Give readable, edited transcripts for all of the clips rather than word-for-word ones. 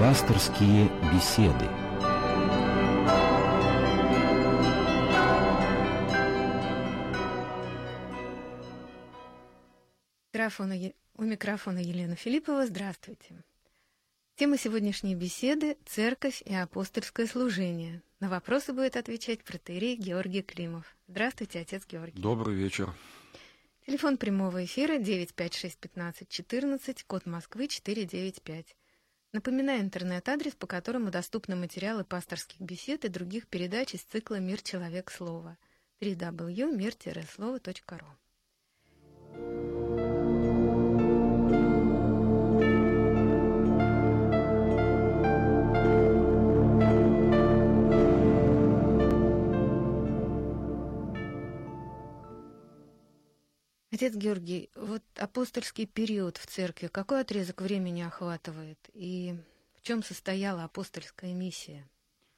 Пасторские беседы. У микрофона Елена Филиппова. Здравствуйте. Тема сегодняшней беседы – церковь и апостольское служение. На вопросы будет отвечать протоиерей Георгий Климов. Здравствуйте, отец Георгий. Добрый вечер. Телефон прямого эфира 956-15-14, код Москвы 495. Напоминаю интернет-адрес, по которому доступны материалы пасторских бесед и других передач из цикла «Мир, человек, слово» www.mir-слово.ру. Отец Георгий, вот апостольский период в церкви, какой отрезок времени охватывает и в чем состояла апостольская миссия?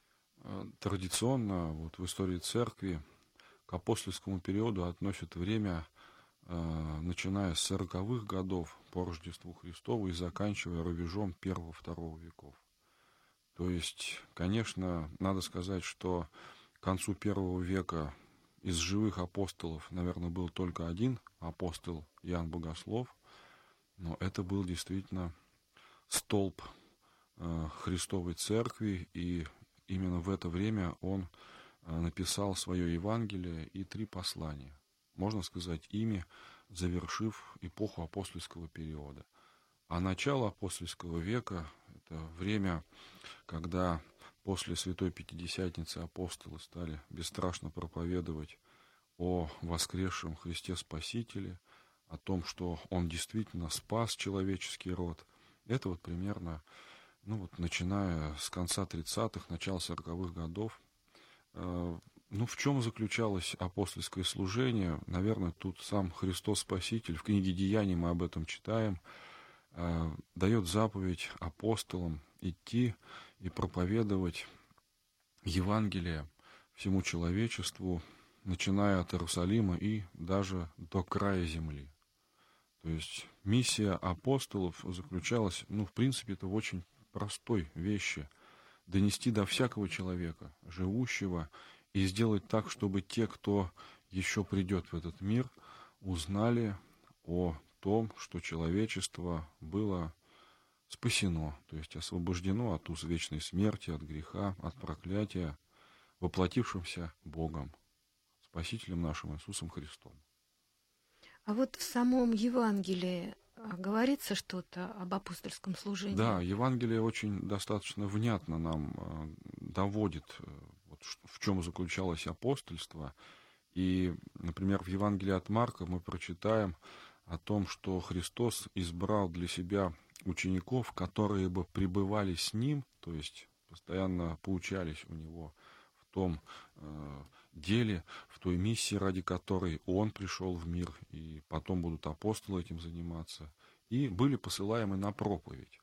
Традиционно в истории церкви к апостольскому периоду относят время, начиная с 40-х годов по Рождеству Христову и заканчивая рубежом 1-2 веков. То есть, конечно, надо сказать, что к концу 1 века из живых апостолов, наверное, был только один апостол Иоанн Богослов, но это был действительно столб Христовой Церкви, и именно в это время он написал свое Евангелие и 3 послания, можно сказать, ими завершив эпоху апостольского периода. А начало апостольского века – это время, когда после Святой Пятидесятницы апостолы стали бесстрашно проповедовать о воскресшем Христе Спасителе, о том, что Он действительно спас человеческий род. Это примерно, начиная с конца 30-х, начала 40-х годов. В чем заключалось апостольское служение? Наверное, тут сам Христос Спаситель, в книге «Деяний» мы об этом читаем, дает заповедь апостолам идти и проповедовать Евангелие всему человечеству, начиная от Иерусалима и даже до края земли. То есть миссия апостолов заключалась, в принципе, это в очень простой вещи: донести до всякого человека, живущего, и сделать так, чтобы те, кто еще придет в этот мир, узнали о том, что человечество было спасено, то есть освобождено от уз вечной смерти, от греха, от проклятия, воплотившимся Богом, Спасителем нашим Иисусом Христом. А вот в самом Евангелии говорится что-то об апостольском служении? Да, Евангелие очень достаточно внятно нам доводит, в чем заключалось апостольство. И, например, в Евангелии от Марка мы прочитаем о том, что Христос избрал для себя учеников, которые бы пребывали с Ним, то есть постоянно поучались у Него в том деле, в той миссии, ради которой Он пришел в мир, и потом будут апостолы этим заниматься, и были посылаемы на проповедь.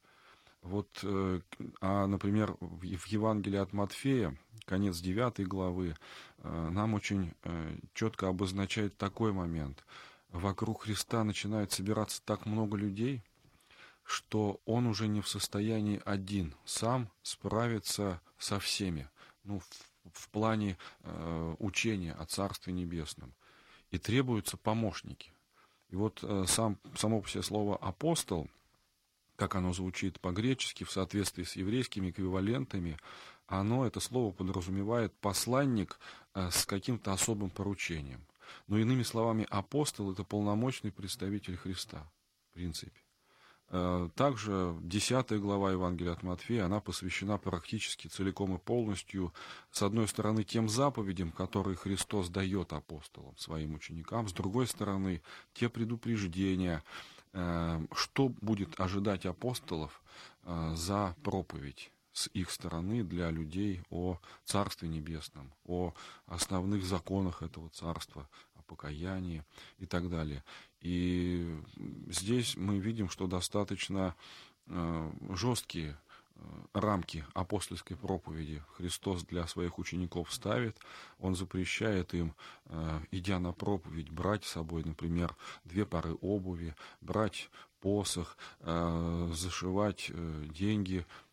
Например, в Евангелии от Матфея, конец 9 главы, нам очень четко обозначает такой момент. Вокруг Христа начинает собираться так много людей, что Он уже не в состоянии один сам справиться со всеми, в плане учения о Царстве Небесном. И требуются помощники. И само по себе слово «апостол», как оно звучит по-гречески, в соответствии с еврейскими эквивалентами, это слово подразумевает посланник с каким-то особым поручением. Но иными словами, апостол – это полномочный представитель Христа, в принципе. Также 10 глава Евангелия от Матфея, она посвящена практически целиком и полностью, с одной стороны, тем заповедям, которые Христос дает апостолам, своим ученикам, с другой стороны, те предупреждения, что будет ожидать апостолов за проповедь с их стороны для людей о Царстве Небесном, о основных законах этого Царства, о покаянии и так далее. И здесь мы видим, что достаточно жесткие рамки апостольской проповеди Христос для своих учеников ставит. Он запрещает им, идя на проповедь, брать с собой, например, 2 пары обуви, брать посох, зашивать деньги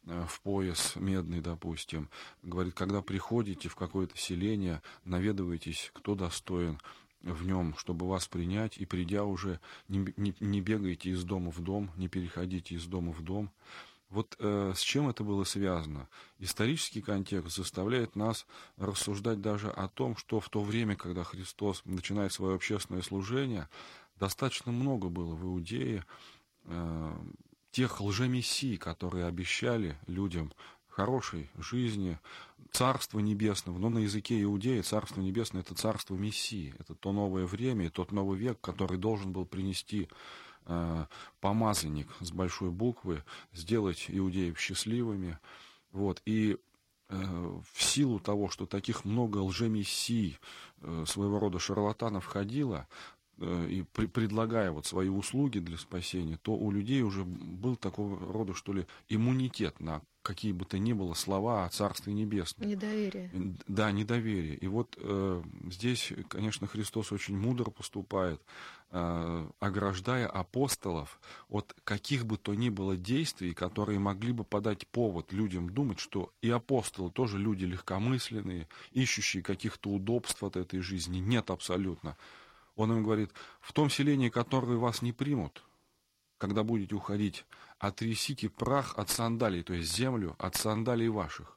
в пояс медный, допустим. Говорит, когда приходите в какое-то селение, наведывайтесь, кто достоин в нем, чтобы вас принять, и придя уже, не бегайте из дома в дом, не переходите из дома в дом. Вот с чем это было связано? Исторический контекст заставляет нас рассуждать даже о том, что в то время, когда Христос начинает свое общественное служение, достаточно много было в Иудее тех лжемессий, которые обещали людям хорошей жизни, Царства Небесного. Но на языке Иудеи Царство Небесное — это Царство Мессии. Это то новое время и тот новый век, который должен был принести помазанник с большой буквы, сделать иудеев счастливыми. Вот. И в силу того, что таких много лжемессий, своего рода шарлатанов ходило, и предлагая вот свои услуги для спасения, то у людей уже был такого рода, что ли, иммунитет на какие бы то ни было слова о Царстве Небесном. Недоверие. Да, недоверие. И вот здесь, конечно, Христос очень мудро поступает, ограждая апостолов от каких бы то ни было действий, которые могли бы подать повод людям думать, что и апостолы тоже люди легкомысленные, ищущие каких-то удобств от этой жизни. Нет, абсолютно. Он им говорит, в том селении, которое вас не примут, когда будете уходить, отрясите прах от сандалий, то есть землю от сандалий ваших.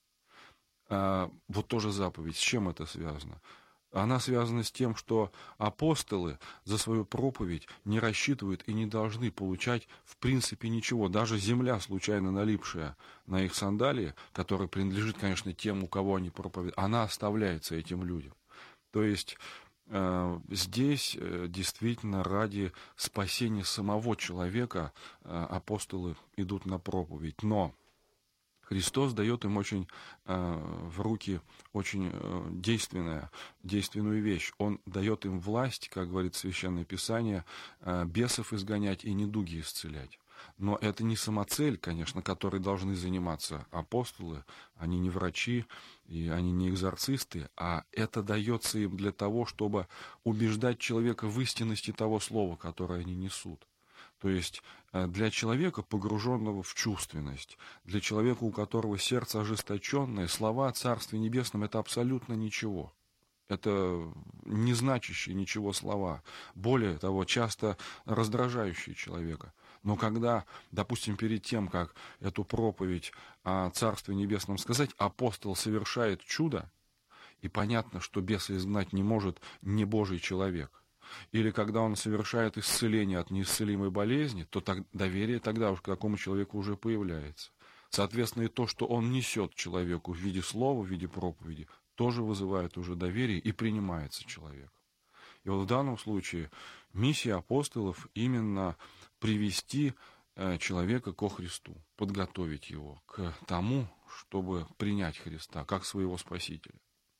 Вот тоже заповедь. С чем это связано? Она связана с тем, что апостолы за свою проповедь не рассчитывают и не должны получать в принципе ничего. Даже земля, случайно налипшая на их сандалии, которая принадлежит, конечно, тем, у кого они проповедуют, она оставляется этим людям. То есть здесь действительно ради спасения самого человека апостолы идут на проповедь. Но Христос дает им очень в руки очень действенную вещь. Он дает им власть, как говорит Священное Писание, бесов изгонять и недуги исцелять. Но это не самоцель, конечно, которой должны заниматься апостолы. Они не врачи, и они не экзорцисты, а это дается им для того, чтобы убеждать человека в истинности того слова, которое они несут. То есть для человека, погруженного в чувственность, для человека, у которого сердце ожесточенное, слова о Царстве Небесном — это абсолютно ничего. Это не значащие ничего слова. Более того, часто раздражающие человека. Но когда, допустим, перед тем, как эту проповедь о Царстве Небесном сказать, апостол совершает чудо, и понятно, что беса изгнать не может не Божий человек, или когда он совершает исцеление от неисцелимой болезни, то доверие тогда уж к такому человеку уже появляется. Соответственно, и то, что он несет человеку в виде слова, в виде проповеди, тоже вызывает уже доверие и принимается человек. И вот в данном случае миссия апостолов именно привести человека ко Христу, подготовить его к тому, чтобы принять Христа как своего Спасителя.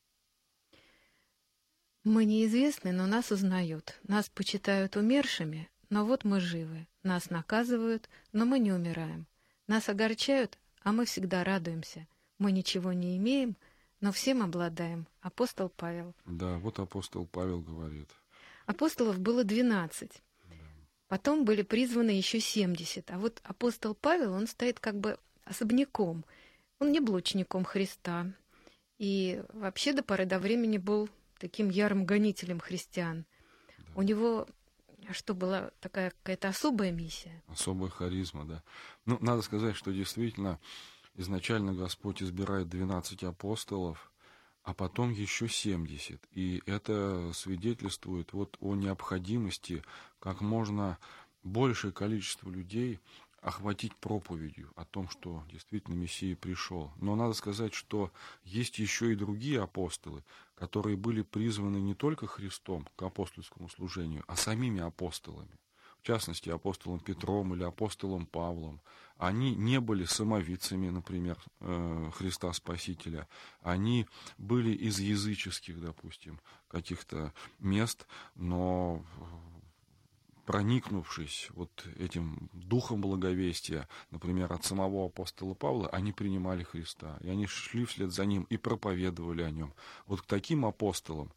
Мы неизвестны, но нас узнают. Нас почитают умершими, но вот мы живы. Нас наказывают, но мы не умираем. Нас огорчают, а мы всегда радуемся. Мы ничего не имеем, но всем обладаем. Апостол Павел. Да, вот апостол Павел говорит. Апостолов было 12. Потом были призваны еще 70. А вот апостол Павел, он стоит как бы особняком. Он не был учеником Христа. И вообще до поры до времени был таким ярым гонителем христиан. Да. У него что, была такая какая-то особая миссия? Особая харизма, да. Ну, надо сказать, что действительно изначально Господь избирает 12 апостолов, а потом еще 70. И это свидетельствует вот о необходимости как можно большее количество людей охватить проповедью о том, что действительно Мессия пришел. Но надо сказать, что есть еще и другие апостолы, которые были призваны не только Христом к апостольскому служению, а самими апостолами. В частности, апостолом Петром или апостолом Павлом. Они не были самовидцами, например, Христа Спасителя. Они были из языческих, допустим, каких-то мест, но проникнувшись вот этим духом благовестия, например, от самого апостола Павла, они принимали Христа. И они шли вслед за ним и проповедовали о нем. Вот к таким апостолам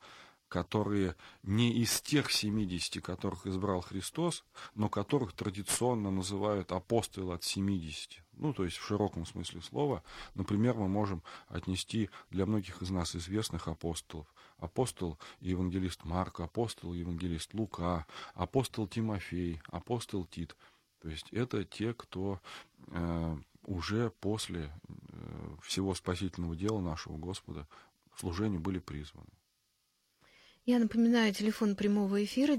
которые не из тех 70, которых избрал Христос, но которых традиционно называют апостолы от 70. Ну, то есть в широком смысле слова. Например, мы можем отнести для многих из нас известных апостолов. Апостол и евангелист Марк, апостол и евангелист Лука, апостол Тимофей, апостол Тит. То есть это те, кто уже после всего спасительного дела нашего Господа к служению были призваны. Я напоминаю, телефон прямого эфира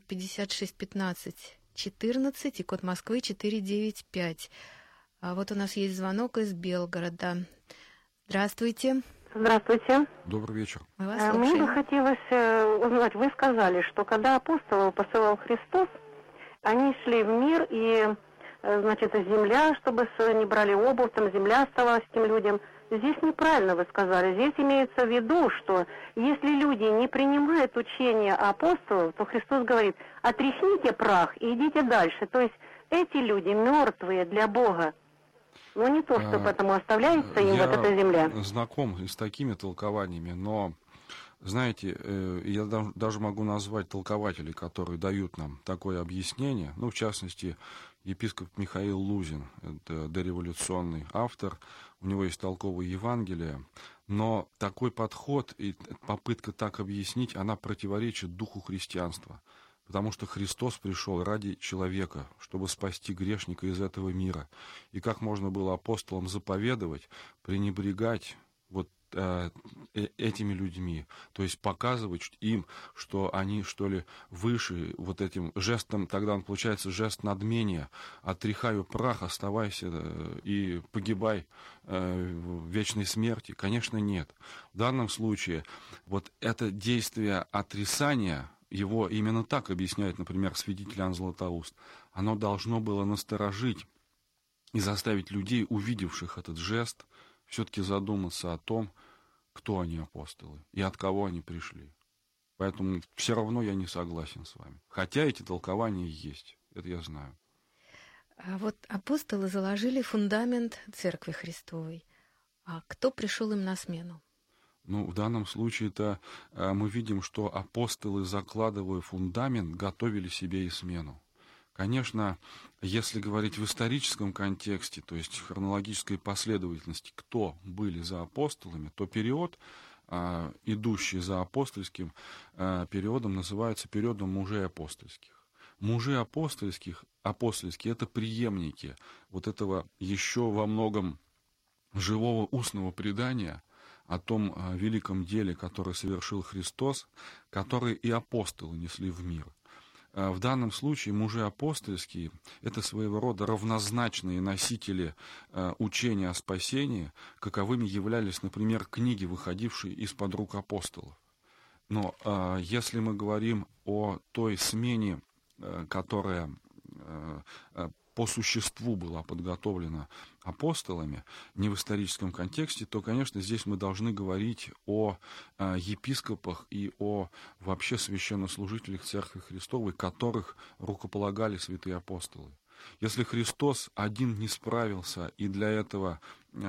956-15-14 и код Москвы 495. А вот у нас есть звонок из Белгорода. Здравствуйте. Здравствуйте. Добрый вечер. Мы вас Мне слушаем. бы хотелось узнать, вы сказали, что когда апостолов посылал Христос, они шли в мир, и, значит, земля, чтобы не брали обувь, там земля оставалась этим людям. Здесь неправильно вы сказали. Здесь имеется в виду, что если люди не принимают учения апостолов, то Христос говорит: отряхните прах и идите дальше. То есть эти люди мертвые для Бога. Но не то, что поэтому оставляется им вот эта земля. Я знаком с такими толкованиями, но, знаете, я даже могу назвать толкователей, которые дают нам такое объяснение. Ну, в частности, епископ Михаил Лузин, это дореволюционный автор, у него есть толковое Евангелие, но такой подход и попытка так объяснить, она противоречит духу христианства. Потому что Христос пришел ради человека, чтобы спасти грешника из этого мира. И как можно было апостолам заповедовать, пренебрегать вот этими людьми, то есть показывать им, что они, что ли, выше вот этим жестом, тогда он получается жест надмения: отряхаю прах, оставайся и погибай в вечной смерти. Конечно, нет. В данном случае вот это действие отрицания, его именно так объясняет, например, святитель Иоанн Златоуст, оно должно было насторожить и заставить людей, увидевших этот жест, все-таки задуматься о том, кто они апостолы и от кого они пришли. Поэтому все равно я не согласен с вами. Хотя эти толкования есть, это я знаю. А вот апостолы заложили фундамент Церкви Христовой. А кто пришел им на смену? Ну, в данном случае-то мы видим, что апостолы, закладывая фундамент, готовили себе и смену. Конечно, если говорить в историческом контексте, то есть хронологической последовательности, кто были за апостолами, то период, идущий за апостольским периодом, называется периодом мужей апостольских. Мужи апостольские — это преемники вот этого еще во многом живого устного предания о том великом деле, которое совершил Христос, который и апостолы несли в мир. В данном случае мужи апостольские — это своего рода равнозначные носители учения о спасении, каковыми являлись, например, книги, выходившие из-под рук апостолов. Но если мы говорим о той смене, которая по существу была подготовлена апостолами, не в историческом контексте, то, конечно, здесь мы должны говорить о епископах и о вообще священнослужителях Церкви Христовой, которых рукополагали святые апостолы. Если Христос один не справился и для этого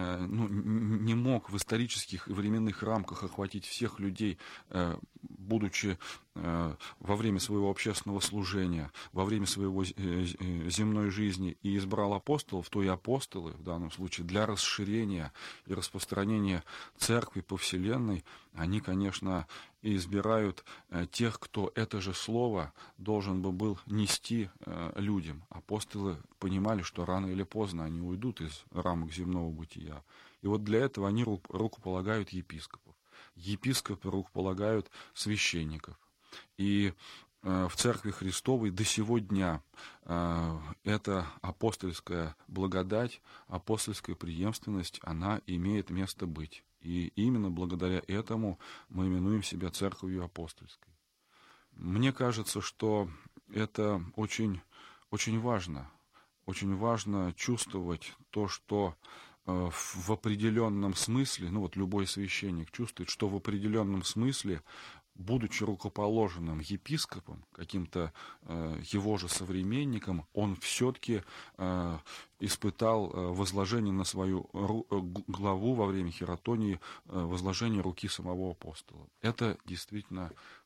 не мог в исторических и временных рамках охватить всех людей, будучи во время своего общественного служения, во время своего земной жизни, и избрал апостолов, то и апостолы, в данном случае, для расширения и распространения церкви по вселенной, они, конечно, и избирают тех, кто это же слово должен был нести людям. Апостолы понимали, что рано или поздно они уйдут из рамок земного бытия. И вот для этого они рукополагают епископов. Епископы рукополагают священников. И в Церкви Христовой до сего дня эта апостольская благодать, апостольская преемственность, она имеет место быть. И именно благодаря этому мы именуем себя Церковью Апостольской. Мне кажется, что это очень, очень важно. Очень важно чувствовать то, что в определенном смысле, ну вот любой священник чувствует, что в определенном смысле, будучи рукоположенным епископом, каким-то его же современником, он все-таки испытал возложение на свою главу во время хиратонии, возложение руки самого апостола. Это действительно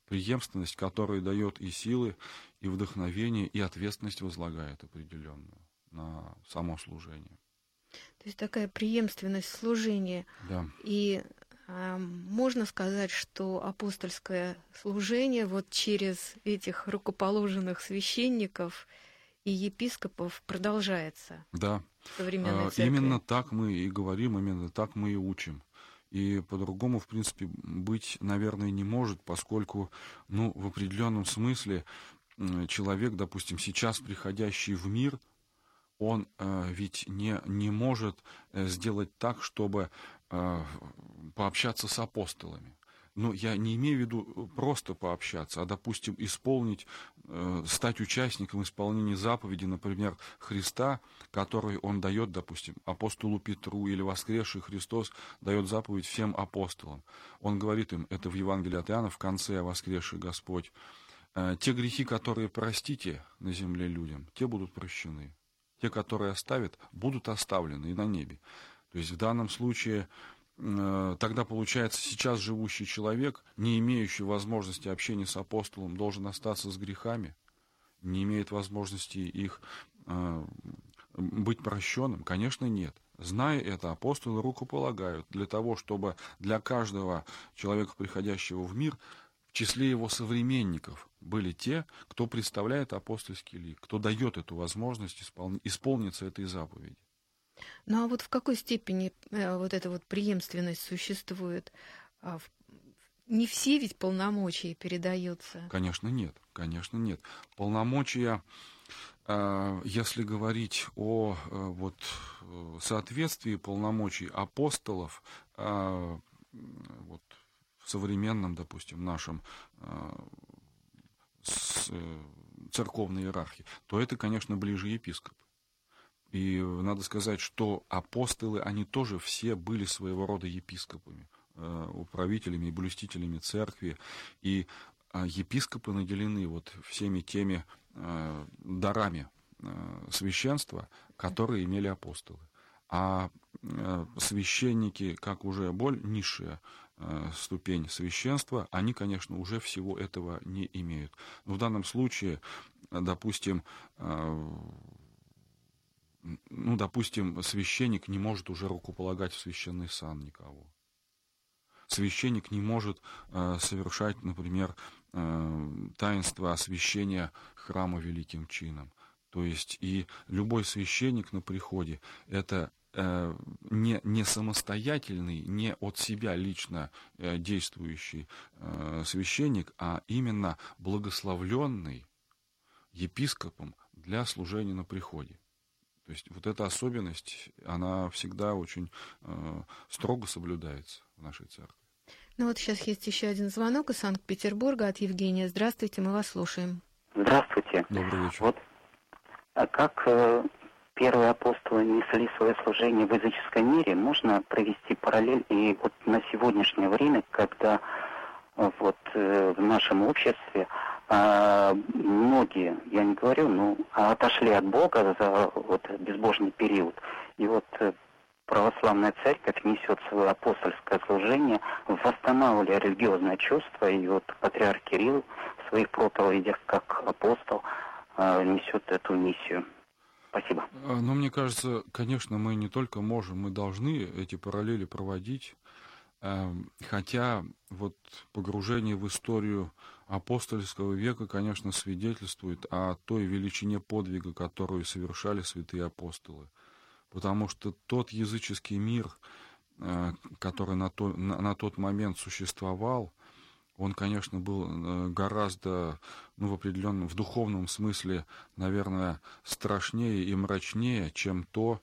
преемственность, которая дает и силы, и вдохновение, и ответственность возлагает определенную на само служение. То есть такая преемственность служения. Да. И можно сказать, что апостольское служение вот через этих рукоположенных священников и епископов продолжается. Да. В современной церкви. Именно так мы и говорим, именно так мы и учим. И по-другому, в принципе, быть, наверное, не может, поскольку, в определенном смысле человек, допустим, сейчас приходящий в мир, он ведь не может сделать так, чтобы пообщаться с апостолами. Я не имею в виду просто пообщаться, а, допустим, стать участником исполнения заповеди, например, Христа, который он дает, допустим, апостолу Петру, или воскресший Христос дает заповедь всем апостолам. Он говорит им, это в Евангелии от Иоанна, в конце, воскресший Господь: те грехи, которые простите на земле людям, те будут прощены. Те, которые оставят, будут оставлены и на небе. То есть в данном случае тогда получается, сейчас живущий человек, не имеющий возможности общения с апостолом, должен остаться с грехами, не имеет возможности их быть прощенным? Конечно, нет. Зная это, апостолы рукополагают для того, чтобы для каждого человека, приходящего в мир, в числе его современников были те, кто представляет апостольский лик, кто дает эту возможность исполниться этой заповеди. А вот в какой степени вот эта вот преемственность существует? Не все ведь полномочия передаются. Конечно, нет. Конечно, нет. Полномочия, если говорить о соответствии полномочий апостолов в современном, допустим, нашем церковной иерархии, то это, конечно, ближе епископ. И надо сказать, что апостолы, они тоже все были своего рода епископами, управителями и блюстителями церкви. И епископы наделены всеми теми дарами священства, которые имели апостолы. А священники, как уже низшая ступень священства, они, конечно, уже всего этого не имеют. Но в данном случае, допустим, священник не может уже рукополагать в священный сан никого. Священник не может совершать, например, таинство освящения храма великим чином. То есть и любой священник на приходе — это не самостоятельный, не от себя лично действующий священник, а именно благословленный епископом для служения на приходе. То есть эта особенность, она всегда очень строго соблюдается в нашей церкви. Сейчас есть еще один звонок из Санкт-Петербурга от Евгения. Здравствуйте, мы вас слушаем. Здравствуйте. Добрый вечер. Как первые апостолы несли свое служение в языческом мире, можно провести параллель и на сегодняшнее время, когда в нашем обществе многие, я не говорю, отошли от Бога за безбожный период. И православная церковь несет свое апостольское служение, восстанавливая религиозное чувство, и патриарх Кирилл в своих проповедях как апостол несет эту миссию. Спасибо. Мне кажется, конечно, мы не только можем, мы должны эти параллели проводить, хотя погружение в историю апостольского века, конечно, свидетельствует о той величине подвига, которую совершали святые апостолы. Потому что тот языческий мир, который на тот момент существовал, он, конечно, был гораздо, в духовном смысле, наверное, страшнее и мрачнее, чем то,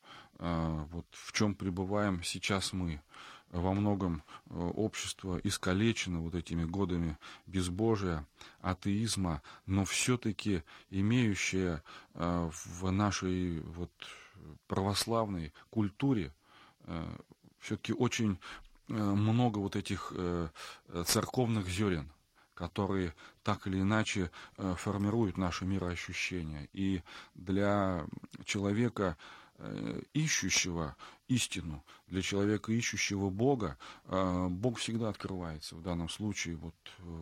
в чем пребываем сейчас мы. Во многом общество искалечено этими годами безбожия, атеизма, но все-таки имеющее в нашей православной культуре все-таки очень много этих церковных зерен, которые так или иначе формируют наше мироощущение. И для человека ищущего истину, для человека, ищущего Бога, Бог всегда открывается. В данном случае, вот,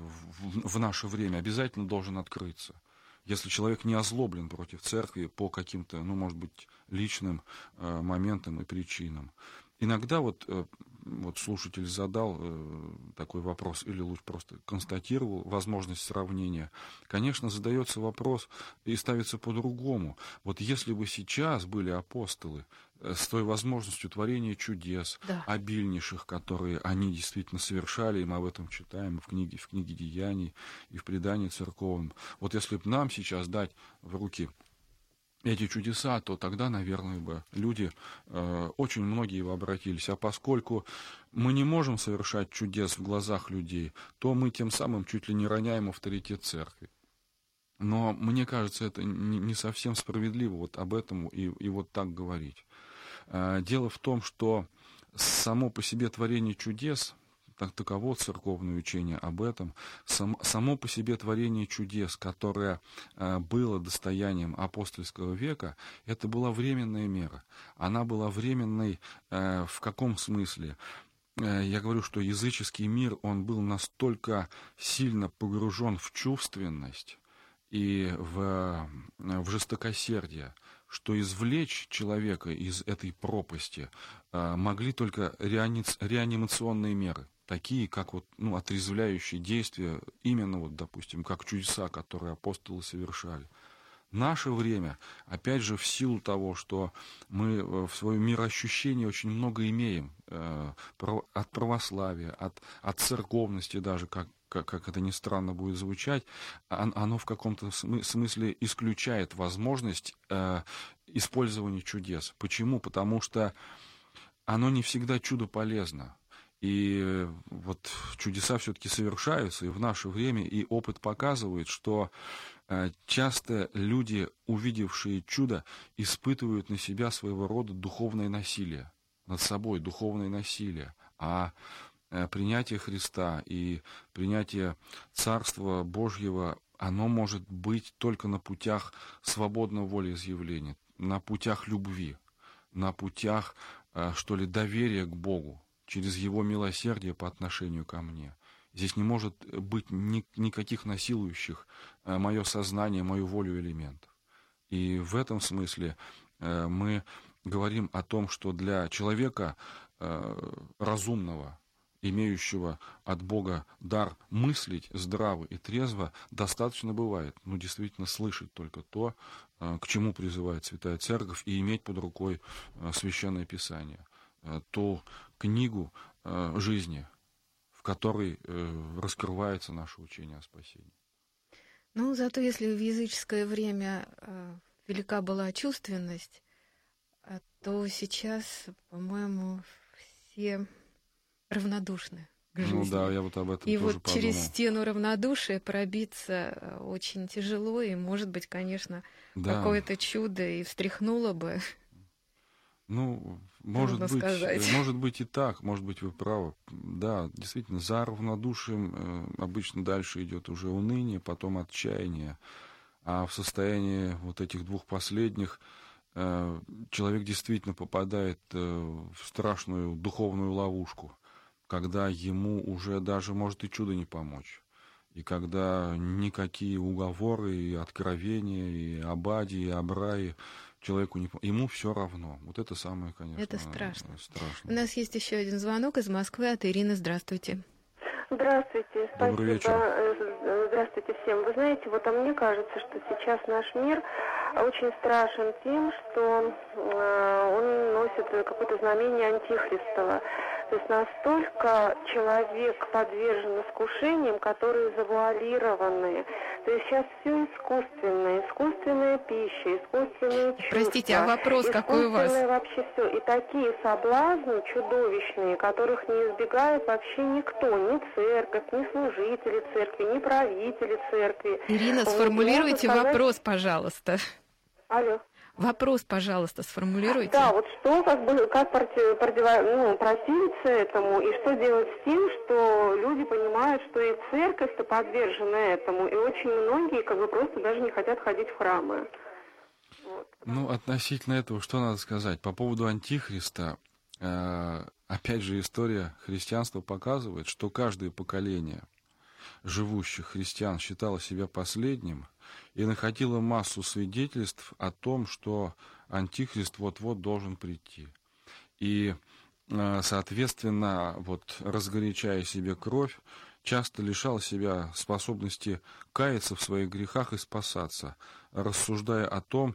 в наше время обязательно должен открыться. Если человек не озлоблен против церкви по каким-то, ну, может быть, личным моментам и причинам. Иногда вот слушатель задал такой вопрос, или лучше просто констатировал возможность сравнения. Конечно, задается вопрос и ставится по-другому. Вот если бы сейчас были апостолы с той возможностью творения чудес, да, обильнейших, которые они действительно совершали, и мы об этом читаем в книге Деяний, и в предании церковном. Вот если бы нам сейчас дать в руки эти чудеса, то тогда, наверное, бы люди, очень многие бы обратились. А поскольку мы не можем совершать чудес в глазах людей, то мы тем самым чуть ли не роняем авторитет церкви. Но мне кажется, это не совсем справедливо вот об этом и вот так говорить. Дело в том, что само по себе творение чудес, таково церковное учение об этом, само по себе творение чудес, которое было достоянием апостольского века, это была временная мера. Она была временной в каком смысле? Я говорю, что языческий мир, он был настолько сильно погружен в чувственность и в жестокосердие, что извлечь человека из этой пропасти могли только реанимационные меры, такие как вот, отрезвляющие действия, именно вот, допустим, как чудеса, которые апостолы совершали. Наше время, опять же, в силу того, что мы в своем мироощущении очень много имеем от православия, от церковности даже, как это ни странно будет звучать, оно в каком-то смысле исключает возможность использования чудес. Почему? Потому что оно не всегда чудополезно. И вот чудеса все-таки совершаются и в наше время, и опыт показывает, что часто люди, увидевшие чудо, испытывают на себя своего рода духовное насилие, над собой духовное насилие. А принятие Христа и принятие Царства Божьего, оно может быть только на путях свободного волеизъявления, на путях любви, на путях, что ли, доверия к Богу, через Его милосердие по отношению ко мне. Здесь не может быть никаких насилующих мое сознание, мою волю элементов. И в этом смысле мы говорим о том, что для человека разумного, имеющего от Бога дар мыслить здраво и трезво, достаточно бывает, действительно слышать только то, к чему призывает Святая Церковь, и иметь под рукой Священное Писание, ту книгу жизни, в которой раскрывается наше учение о спасении. Зато если в языческое время велика была чувственность, то сейчас, по-моему, все равнодушны к жизни. Да, я вот об этом и тоже вот подумал. Через стену равнодушия пробиться очень тяжело, и, может быть, конечно, какое-то чудо и встряхнуло бы. Может быть и так, может быть, вы правы. Да, действительно, за равнодушием обычно дальше идет уже уныние, потом отчаяние. А в состоянии вот этих двух последних человек действительно попадает в страшную духовную ловушку, когда ему уже даже может и чудо не помочь. И когда никакие уговоры, и откровения, и абади, и абраи человеку ему все равно. Вот это самое, конечно, это страшно. страшно. У нас есть еще один звонок из Москвы от Ирины. Здравствуйте. Здравствуйте, спасибо. Добрый вечер. Здравствуйте всем. Вы знаете, мне кажется, что сейчас наш мир очень страшен тем, что он носит какое-то знамение антихристово. То есть настолько человек подвержен искушениям, которые завуалированы. То есть сейчас все искусственная пища, искусственные чувства. Простите, а вопрос какой у вас? Вообще все. И такие соблазны чудовищные, которых не избегает вообще никто, ни церковь, ни служители церкви, ни правители церкви. Ирина, сформулируйте вопрос, пожалуйста. Алло. Вопрос, пожалуйста, сформулируйте. Да, вот что, как противиться этому, и что делать с тем, что люди понимают, что и церковь-то подвержена этому, и очень многие просто даже не хотят ходить в храмы. Ну, относительно этого, что надо сказать? По поводу Антихриста, опять же, история христианства показывает, что каждое поколение живущих христиан считало себя последним и находило массу свидетельств о том, что Антихрист вот-вот должен прийти. И, соответственно, вот разгорячая себе кровь, часто лишал себя способности каяться в своих грехах и спасаться, рассуждая о том,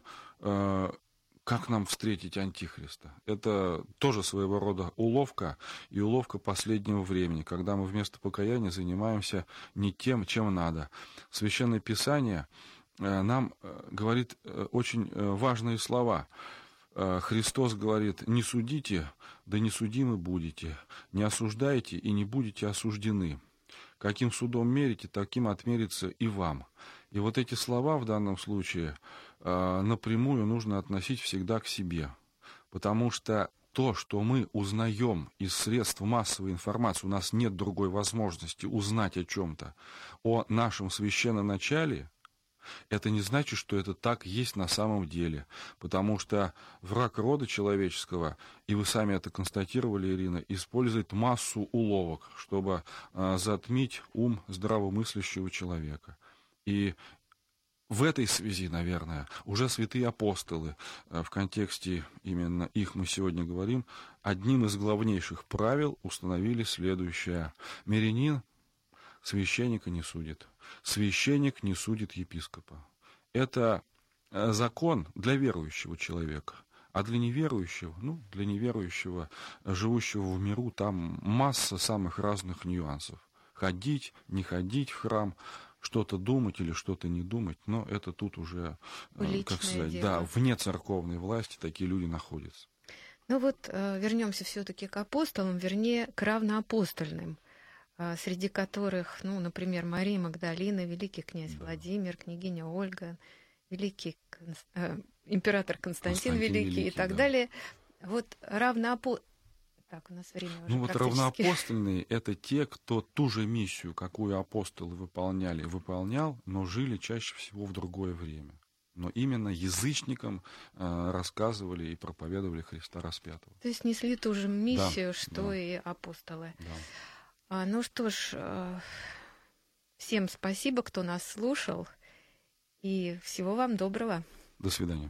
как нам встретить Антихриста. Это тоже своего рода уловка, и уловка последнего времени, когда мы вместо покаяния занимаемся не тем, чем надо. Священное Писание нам говорит очень важные слова. Христос говорит: «Не судите, да не судимы будете, не осуждайте и не будете осуждены. Каким судом мерите, таким отмерится и вам». И вот эти слова в данном случае напрямую нужно относить всегда к себе. Потому что то, что мы узнаем из средств массовой информации, у нас нет другой возможности узнать о чем-то, о нашем священноначале, это не значит, что это так есть на самом деле. Потому что враг рода человеческого, и вы сами это констатировали, Ирина, использует массу уловок, чтобы затмить ум здравомыслящего человека. И в этой связи, наверное, уже святые апостолы, в контексте именно их мы сегодня говорим, одним из главнейших правил установили следующее. Мирянин священника не судит. Священник не судит епископа. Это закон для верующего человека. А для неверующего, для неверующего, живущего в миру, там масса самых разных нюансов. Ходить, не ходить в храм, что-то думать или что-то не думать, но это тут уже, как сказать, дело. Вне церковной власти такие люди находятся. Вернемся все-таки к апостолам, вернее, к равноапостольным, среди которых, например, Мария Магдалина, великий князь Владимир, княгиня Ольга, великий император Константин Великий и так далее. Вот Так, у нас время уже равноапостольные — это те, кто ту же миссию, какую апостолы выполнял, но жили чаще всего в другое время. Но именно язычникам рассказывали и проповедовали Христа распятого. То есть несли ту же миссию, что и апостолы. Да. Что ж, всем спасибо, кто нас слушал, и всего вам доброго. До свидания.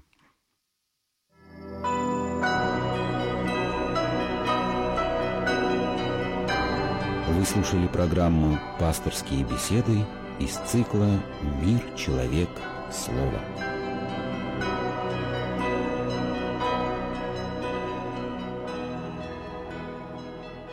Вы слушали программу «Пасторские беседы» из цикла «Мир, человек, слово».